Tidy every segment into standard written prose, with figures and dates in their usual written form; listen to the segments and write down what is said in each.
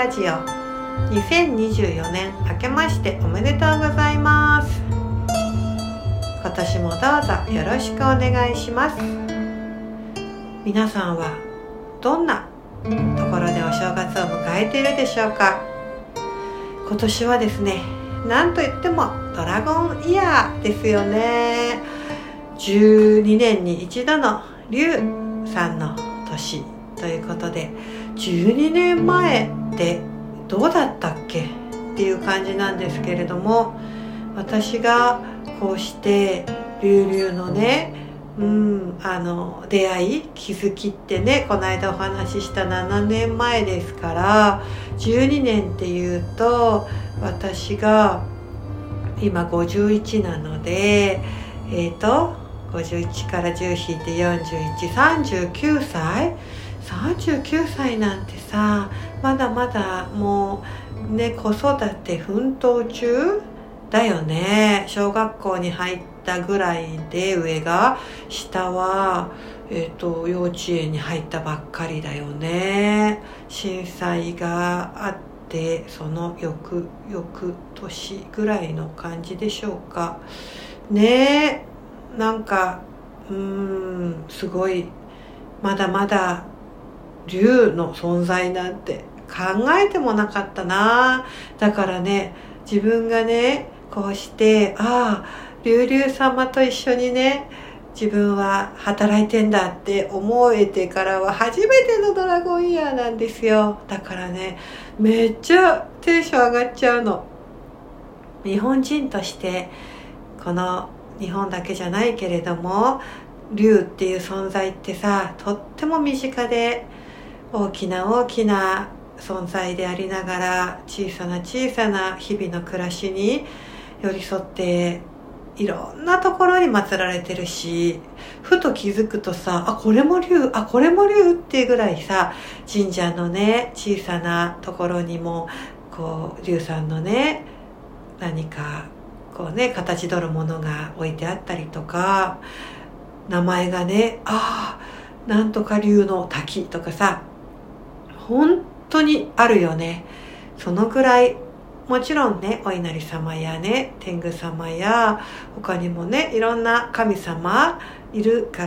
ラジオ。2024年明けましておめでとうございます。今年もどうぞよろしくお願いします。皆さんはどんなところでお正月を迎えているでしょうか。今年はですね、なんといってもドラゴンイヤーですよね。12年に一度の龍さんの年ということで、12年前ってどうだったっけっていう感じなんですけれども、私がこうして龍のね、出会い気づきってね、この間お話しした7年前ですから、12年っていうと私が今51なので、51から10引いて41、39歳なんてさ、まだまだもうね、子育て奮闘中だよね。小学校に入ったぐらいで上が、下は幼稚園に入ったばっかりだよね。震災があってその翌年ぐらいの感じでしょうかね。なんかすごい、まだまだ龍の存在なんて考えてもなかったな。だからね、自分がねこうして龍様と一緒にね、自分は働いてんだって思えてからは初めてのドラゴンイヤーなんですよ。だからね、めっちゃテンション上がっちゃうの。日本人としてこの日本だけじゃないけれども、龍っていう存在ってさ、とっても身近で大きな存在でありながら、小さな日々の暮らしに寄り添っていろんなところに祀られてるし、ふと気づくとさ、これも龍っていうぐらいさ、神社のね小さなところにもこう龍さんのね何かこうね形取るものが置いてあったりとか、名前がねなんとか龍の滝とかさ、本当にあるよね。そのぐらい、もちろんね、お稲荷様やね、天狗様や他にもね、いろんな神様いるから、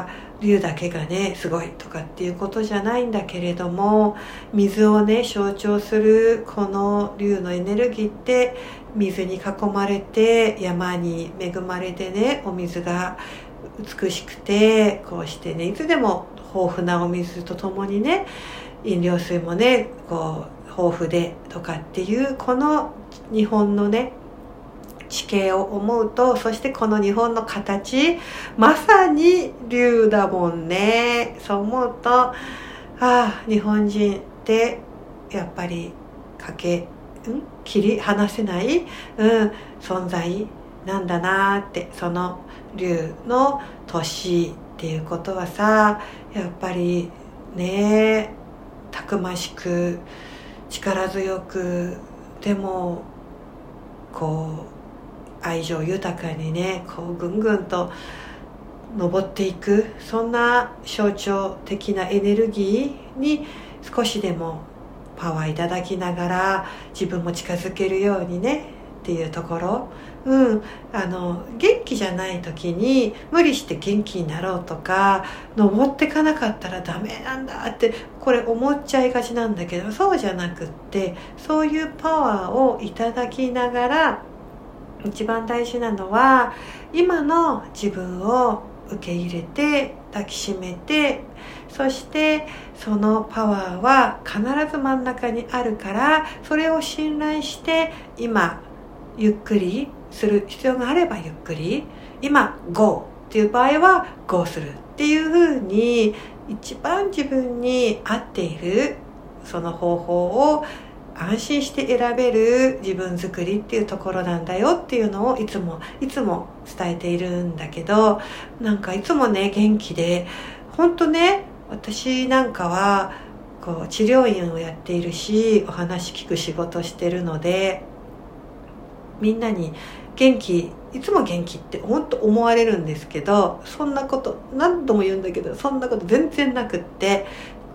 龍だけがねすごいとかっていうことじゃないんだけれども、水をね象徴するこの龍のエネルギーって、水に囲まれて山に恵まれてね、お水が美しくて、こうしてねいつでも豊富なお水とともにね、飲料水もねこう豊富でとかっていう、この日本のね地形を思うと、そしてこの日本の形、まさに龍だもんね。そう思うと、日本人ってやっぱり切り離せない存在なんだなって。その龍の年っていうことはさ、やっぱりね、たくましく力強く、でもこう愛情豊かにね、こうぐんぐんと登っていく、そんな象徴的なエネルギーに少しでもパワーいただきながら、自分も近づけるようにねっていうところ、元気じゃない時に無理して元気になろうとか、登ってかなかったらダメなんだってこれ思っちゃいがちなんだけど、そうじゃなくって、そういうパワーをいただきながら、一番大事なのは今の自分を受け入れて抱きしめて、そしてそのパワーは必ず真ん中にあるから、それを信頼して今ゆっくりする必要があればゆっくり、今 GO っていう場合は GO するっていう風に、一番自分に合っているその方法を安心して選べる自分作りっていうところなんだよっていうのをいつも伝えているんだけど、なんかいつもね元気で、本当ね、私なんかはこう治療院をやっているし、お話聞く仕事してるので、みんなにいつも元気って本当思われるんですけど、そんなこと何度も言うんだけど、そんなこと全然なくって、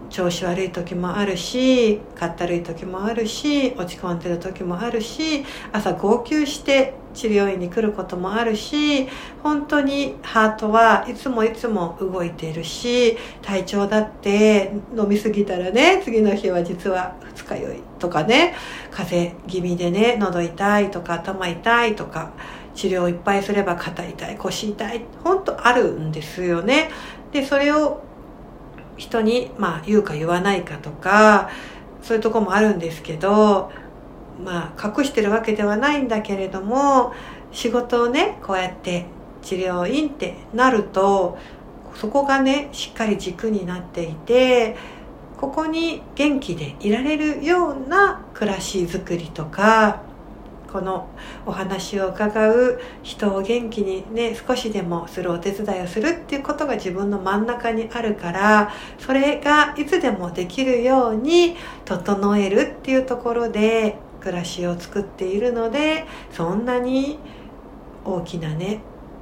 調子悪い時もあるし、かったるい時もあるし、落ち込んでる時もあるし、朝号泣して治療院に来ることもあるし、本当にハートはいつもいつも動いているし、体調だって飲みすぎたらね、次の日は実は二日酔いとかね、風邪気味でね、喉痛いとか頭痛いとか、治療いっぱいすれば肩痛い、腰痛い、本当あるんですよね。で、それを人に言うか言わないかとか、そういうとこもあるんですけど、隠してるわけではないんだけれども、仕事をねこうやって治療院ってなると、そこがねしっかり軸になっていて、ここに元気でいられるような暮らしづくりとか、このお話を伺う人を元気にね少しでもするお手伝いをするっていうことが自分の真ん中にあるから、それがいつでもできるように整えるっていうところで暮らしを作っているので、そんなに大きなね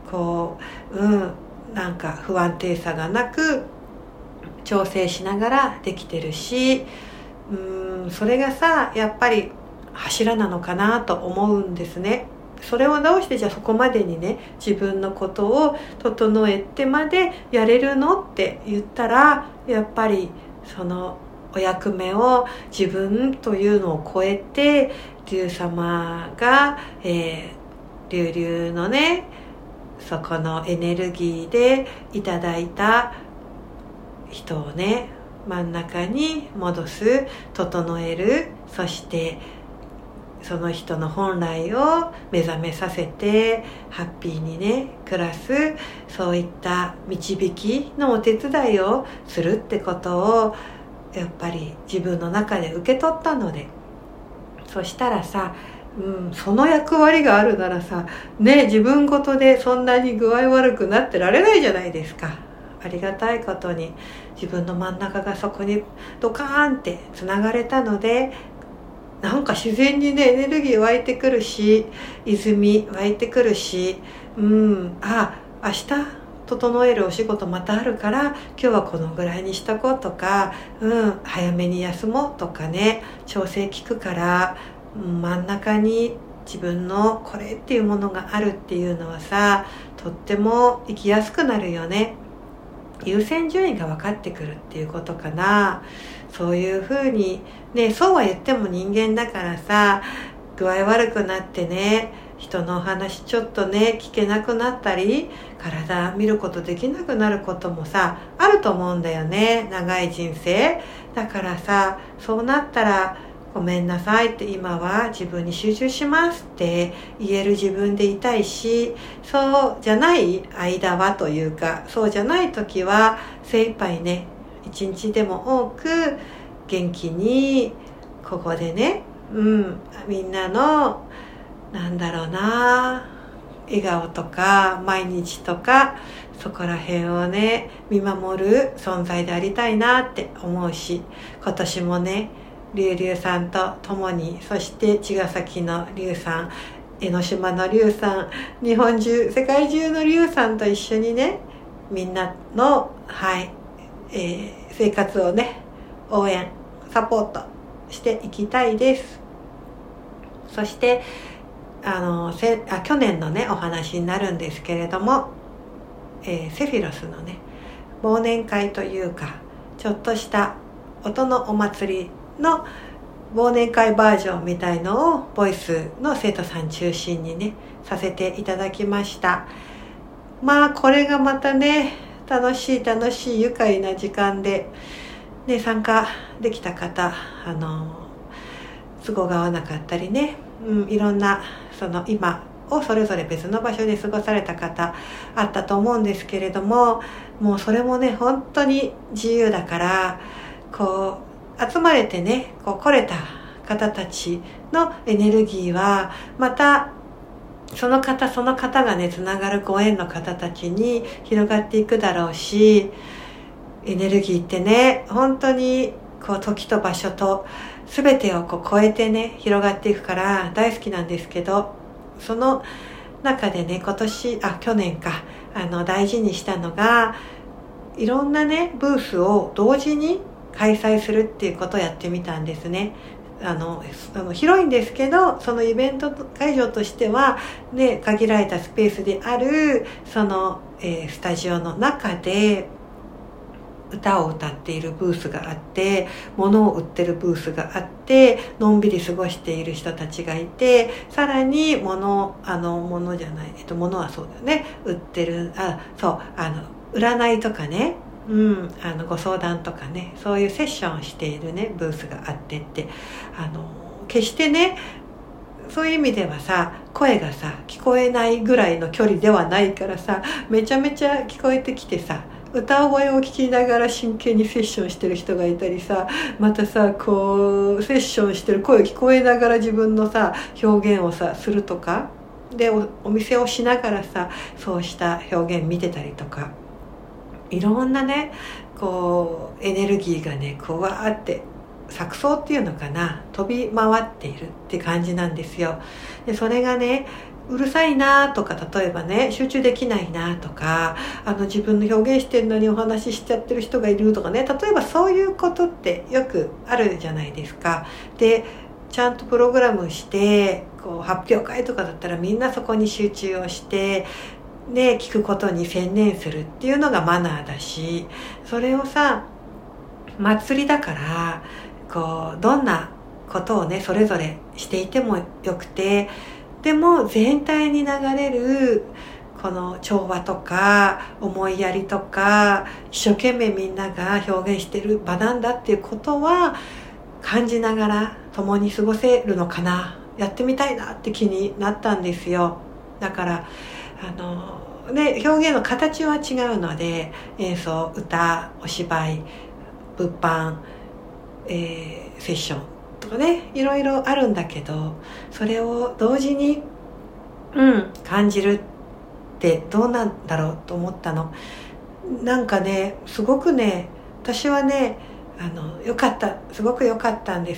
なんか不安定さがなく調整しながらできてるし、それがさやっぱり柱なのかなと思うんですね。それをどうしてじゃあそこまでにね自分のことを整えてまでやれるのって言ったら、やっぱりそのお役目を自分というのを超えて龍様が、龍々のねそこのエネルギーでいただいた人をね真ん中に戻す、整える、そしてその人の本来を目覚めさせてハッピーにね暮らす、そういった導きのお手伝いをするってことをやっぱり自分の中で受け取ったので、そしたらさ、その役割があるならさね、自分ごとでそんなに具合悪くなってられないじゃないですか。ありがたいことに自分の真ん中がそこにドカーンってつながれたので、なんか自然にねエネルギー湧いてくるし、泉湧いてくるし、明日整えるお仕事またあるから今日はこのぐらいにしとこうとか、早めに休もうとかね、調整効くから、真ん中に自分のこれっていうものがあるっていうのはさ、とっても生きやすくなるよね。優先順位が分かってくるっていうことかな。そういうふうにね、そうは言っても人間だからさ、具合悪くなってね、人のお話ちょっとね聞けなくなったり、体見ることできなくなることもさあると思うんだよね、長い人生だからさ。そうなったらごめんなさいって、今は自分に集中しますって言える自分でいたいし、そうじゃない間はというか、そうじゃない時は精一杯ね、一日でも多く元気にここでね、みんなの笑顔とか毎日とかそこら辺をね見守る存在でありたいなって思うし、今年もね龍々さんと共に、そして茅ヶ崎の龍さん、江ノ島の龍さん、日本中世界中の龍さんと一緒にね、みんなの生活をね応援サポートしていきたいです。そして去年のねお話になるんですけれども、セフィロスのね忘年会というか、ちょっとした音のお祭りの忘年会バージョンみたいのをボイスの生徒さん中心にねさせていただきました。これがまたね楽しい愉快な時間で、ね、参加できた方、都合が合わなかったりね、いろんなその今をそれぞれ別の場所で過ごされた方あったと思うんですけれども、もうそれもね本当に自由だから、集まれてね来れた方たちのエネルギーはまたその方がねつながるご縁の方たちに広がっていくだろうし、エネルギーってね本当に時と場所と全てを超えてね広がっていくから大好きなんですけど、その中でね去年か大事にしたのが、いろんなねブースを同時に開催するっていうことをやってみたんですね。広いんですけど、そのイベント会場としては、ね、限られたスペースであるその、スタジオの中で歌を歌っているブースがあって、物を売ってるブースがあって、のんびり過ごしている人たちがいて、さらに物じゃない、物はそうだよね、売ってる、占いとかね、ご相談とかね、そういうセッションをしているねブースがあってって、決してね、そういう意味ではさ、声がさ聞こえないぐらいの距離ではないからさ、めちゃめちゃ聞こえてきてさ、歌声を聞きながら真剣にセッションしてる人がいたりさ、またさこうセッションしてる声聞こえながら自分のさ表現をさするとかで、お店をしながらさそうした表現見てたりとか、いろんなねこうエネルギーがねこうわーって錯綜っていうのかな、飛び回っているって感じなんですよ。でそれがね、うるさいなとか、例えばね集中できないなとか、自分の表現してるのにお話ししちゃってる人がいるとかね、例えばそういうことってよくあるじゃないですか。でちゃんとプログラムしてこう発表会とかだったらみんなそこに集中をしてね、聞くことに専念するっていうのがマナーだし、それをさ祭りだからこうどんなことをねそれぞれしていてもよくて、でも全体に流れるこの調和とか思いやりとか、一生懸命みんなが表現してる場なんだっていうことは感じながら共に過ごせるのかな、やってみたいなって気になったんですよ。だから表現の形は違うので、演奏、歌、お芝居、物販、セッションとかね、いろいろあるんだけど、それを同時に、感じるってどうなんだろうと思ったの。なんかね、すごくね、私はね、良かった、すごく良かったんです。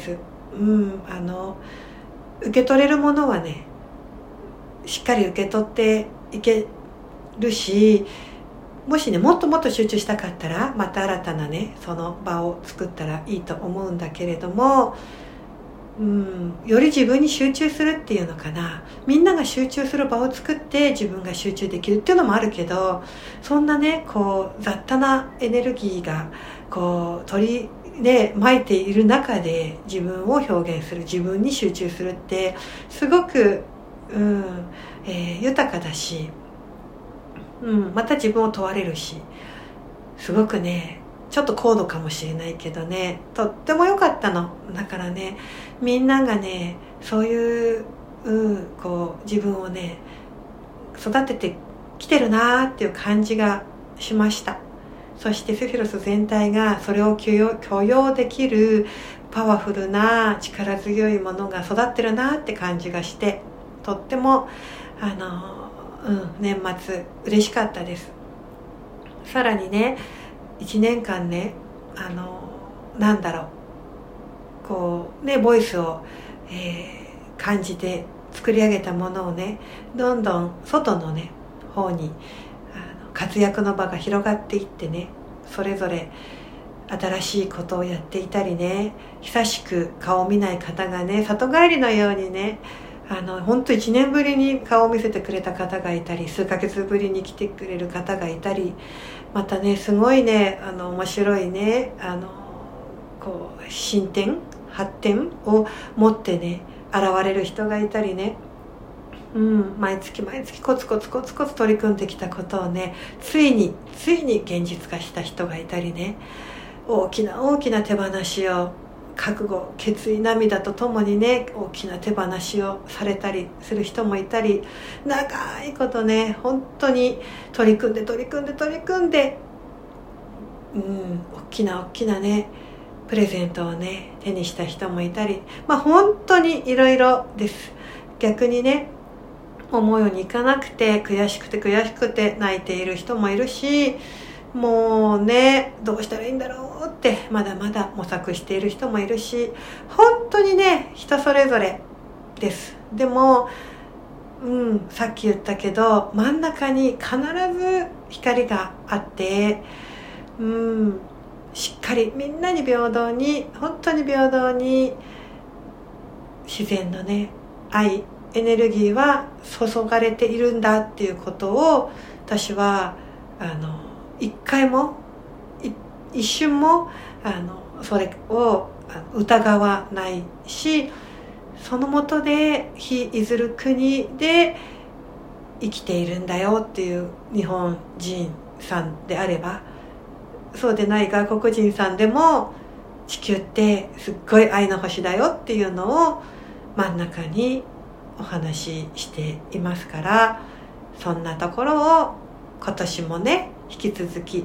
受け取れるものはね、しっかり受け取っていけるし、もしねもっともっと集中したかったらまた新たなねその場を作ったらいいと思うんだけれども、より自分に集中するっていうのかな、みんなが集中する場を作って自分が集中できるっていうのもあるけど、そんなねこう雑多なエネルギーがこう取りで巻いている中で自分を表現する、自分に集中するってすごく、豊かだし、また自分を問われるし、すごくねちょっと高度かもしれないけどね、とっても良かったの。だからね、みんながねそういう、こう自分をね育ててきてるなーっていう感じがしました。そしてセフィロス全体がそれを許容できるパワフルな力強いものが育ってるなって感じがして、とっても年末嬉しかったです。さらにね1年間ねなんだろうこうねボイスを、感じて作り上げたものをねどんどん外のね方に活躍の場が広がっていってね、それぞれ新しいことをやっていたりね、久しく顔を見ない方がね里帰りのようにね本当1年ぶりに顔を見せてくれた方がいたり、数ヶ月ぶりに来てくれる方がいたり、またねすごいね面白いねこう進展発展を持ってね現れる人がいたりね、毎月毎月コツコツコツコツ取り組んできたことをねついに現実化した人がいたりね、大きな大きな手放しを覚悟決意涙とともにね大きな手放しをされたりする人もいたり、長いことね本当に取り組んで大きなねプレゼントをね手にした人もいたり、本当にいろいろです。逆にね思うようにいかなくて悔しくて泣いている人もいるし、もうねどうしたらいいんだろうってまだまだ模索している人もいるし、本当にね人それぞれです。でもさっき言ったけど真ん中に必ず光があって、 しっかりみんなに平等に、本当に平等に自然のね愛エネルギーは注がれているんだっていうことを、私は一回も一瞬もそれを疑わないし、その下で非いずる国で生きているんだよっていう日本人さんであれば、そうでない外国人さんでも地球ってすっごい愛の星だよっていうのを真ん中にお話ししていますから、そんなところを今年もね引き続き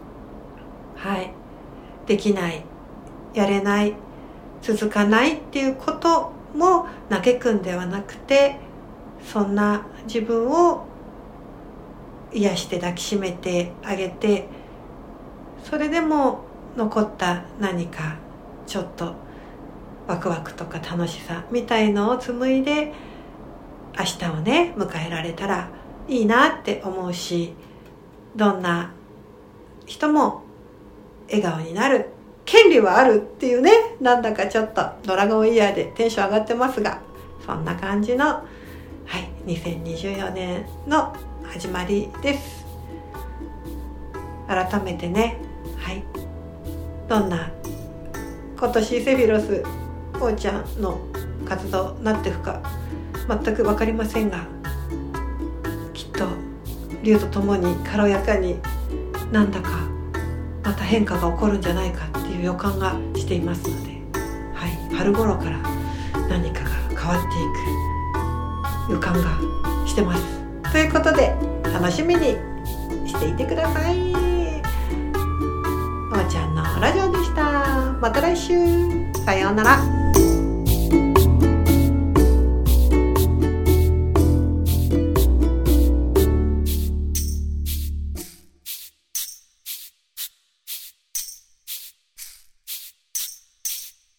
できない、やれない、続かないっていうことも嘆くんではなくて、そんな自分を癒して抱きしめてあげて、それでも残った何かちょっとワクワクとか楽しさみたいのを紡いで明日をね迎えられたらいいなって思うし、どんな人も笑顔になる権利はあるっていうね、なんだかちょっとドラゴンイヤーでテンション上がってますが、そんな感じの2024年の始まりです。改めてね、どんな今年セフィロスおーちゃんの活動になっていくか全く分かりませんが、きっと竜とともに軽やかになんだかまた変化が起こるんじゃないかっていう予感がしていますので、春頃から何かが変わっていく予感がしてます。ということで楽しみにしていてください。おーちゃんのラジオでした。また来週、さようなら。